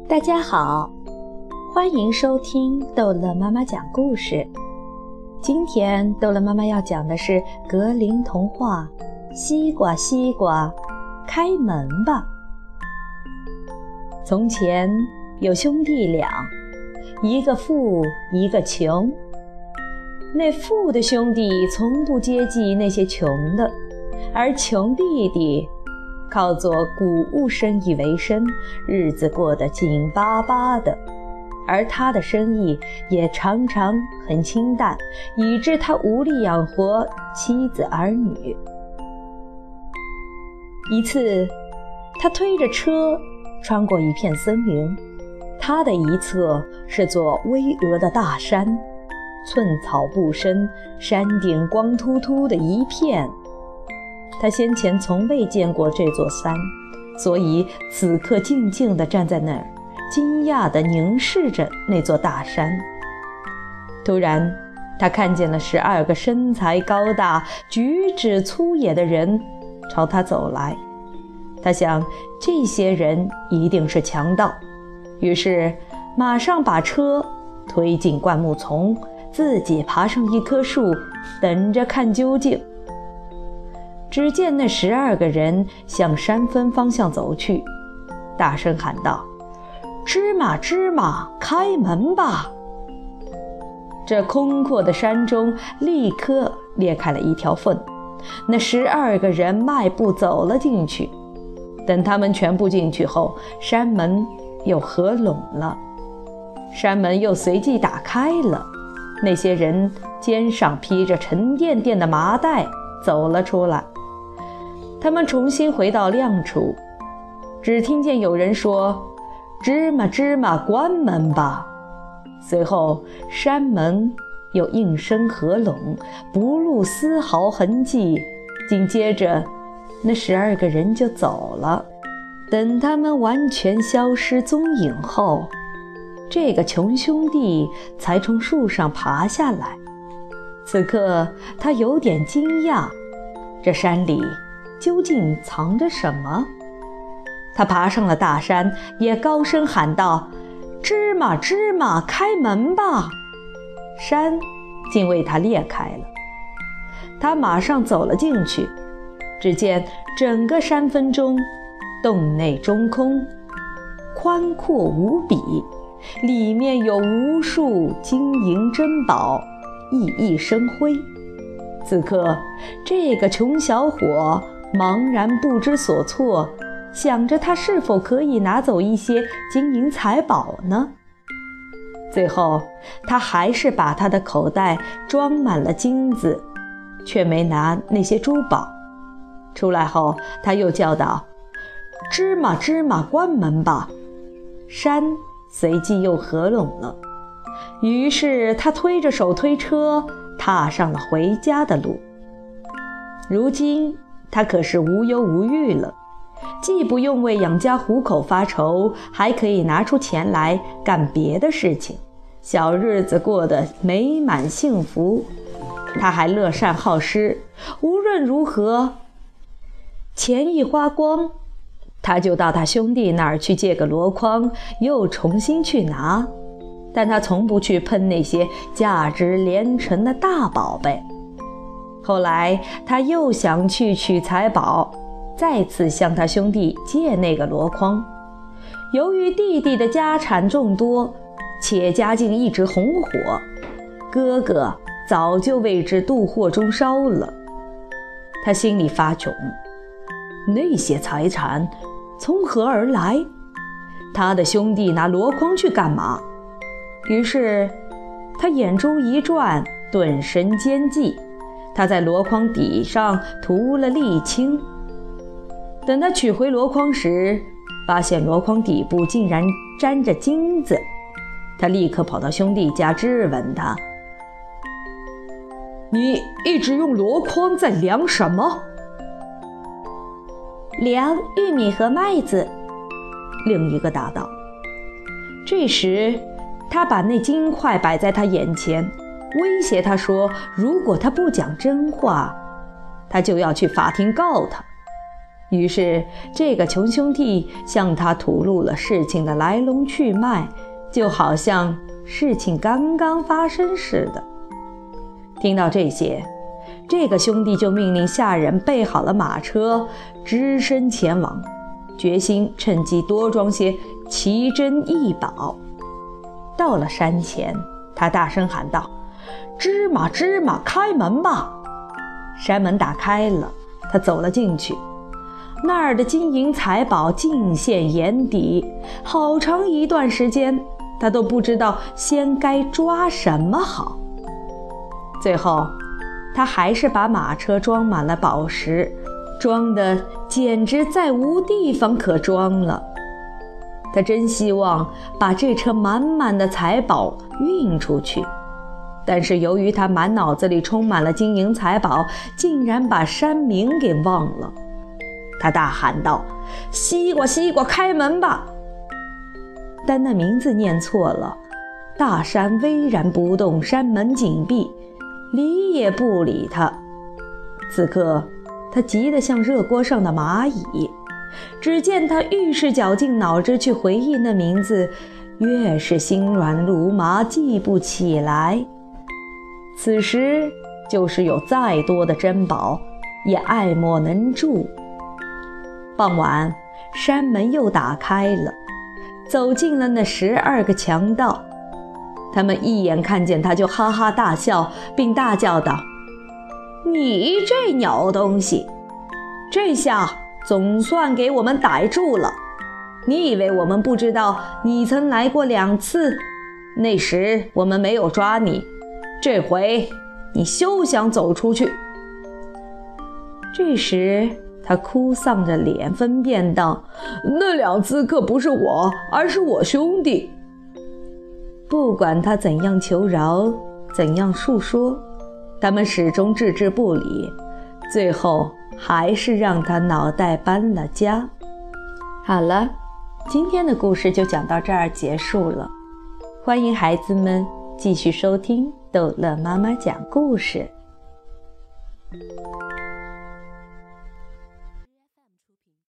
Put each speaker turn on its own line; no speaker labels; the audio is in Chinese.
大家好，欢迎收听逗乐妈妈讲故事。今天逗乐妈妈要讲的是格林童话《西瓜西瓜开门吧》。从前有兄弟俩，一个富一个穷。那富的兄弟从不接济那些穷的，而穷弟弟靠做谷物生意为生，日子过得紧巴巴的，而他的生意也常常很清淡，以致他无力养活妻子儿女。一次，他推着车穿过一片森林，他的一侧是座巍峨的大山，寸草不生，山顶光秃秃的一片。他先前从未见过这座山，所以此刻静静地站在那儿，惊讶地凝视着那座大山。突然，他看见了12个身材高大、举止粗野的人朝他走来。他想，这些人一定是强盗，于是马上把车推进灌木丛，自己爬上一棵树，等着看究竟。只见那12个人向山峰方向走去，大声喊道：“芝麻芝麻，开门吧！”这空阔的山中立刻裂开了一条缝，那12个人迈步走了进去。等他们全部进去后，山门又合拢了，山门又随即打开了，那些人肩上披着沉甸甸的麻袋走了出来。他们重新回到亮处，只听见有人说：“芝麻芝麻，关门吧！”随后山门又应声合拢，不露丝毫痕迹。紧接着那12个人就走了。等他们完全消失踪影后，这个穷兄弟才从树上爬下来。此刻他有点惊讶，这山里究竟藏着什么？他爬上了大山，也高声喊道：“芝麻芝麻，开门吧！”山竟为他裂开了。他马上走了进去，只见整个山峰中洞内中空，宽阔无比，里面有无数金银珍宝，熠熠生辉。此刻这个穷小伙茫然不知所措，想着他是否可以拿走一些金银财宝呢？最后他还是把他的口袋装满了金子，却没拿那些珠宝。出来后他又叫道：“芝麻芝麻，关门吧！”山随即又合拢了，于是他推着手推车踏上了回家的路。如今他可是无忧无虑了，既不用为养家糊口发愁，还可以拿出钱来干别的事情，小日子过得美满幸福。他还乐善好施，无论如何，钱一花光，他就到他兄弟那儿去借个箩筐，又重新去拿。但他从不去碰那些价值连城的大宝贝。后来他又想去取财宝，再次向他兄弟借那个箩筐。由于弟弟的家产众多，且家境一直红火，哥哥早就为之妒火中烧了。他心里发窘，那些财产从何而来？他的兄弟拿箩筐去干嘛？于是他眼珠一转，顿生奸计。他在箩筐底上涂了沥青。等他取回箩筐时，发现箩筐底部竟然沾着金子。他立刻跑到兄弟家质问他：“你一直用箩筐在量什么？”“
量玉米和麦子。”
另一个答道。这时他把那金块摆在他眼前，威胁他说，如果他不讲真话，他就要去法庭告他。 于是这个穷兄弟向他吐露了事情的来龙去脉，就好像事情刚刚发生似的。听到这些，这个兄弟就命令下人备好了马车，只身前往，决心趁机多装些奇珍异宝。到了山前，他大声喊道：芝麻芝麻，开门吧！山门打开了，他走了进去。那儿的金银财宝尽现眼底，好长一段时间他都不知道先该抓什么好。最后他还是把马车装满了宝石，装得简直再无地方可装了。他真希望把这车满满的财宝运出去，但是由于他满脑子里充满了金银财宝，竟然把山名给忘了。他大喊道：西瓜西瓜，开门吧！但那名字念错了，大山巍然不动，山门紧闭，理也不理他。此刻他急得像热锅上的蚂蚁，只见他愈是绞尽脑汁去回忆那名字，越是心软如麻，记不起来。此时就是有再多的珍宝，也爱莫能助。傍晚，山门又打开了，走进了那12个强盗。他们一眼看见他就哈哈大笑，并大叫道：你这鸟东西，这下总算给我们逮住了。你以为我们不知道你曾来过2次？那时我们没有抓你，这回你休想走出去。这时他哭丧着脸分辨道：那2次可不是我，而是我兄弟。不管他怎样求饶，怎样述说，他们始终置之不理，最后还是让他脑袋搬了家。好了，今天的故事就讲到这儿结束了。欢迎孩子们继续收听逗乐妈妈讲故事。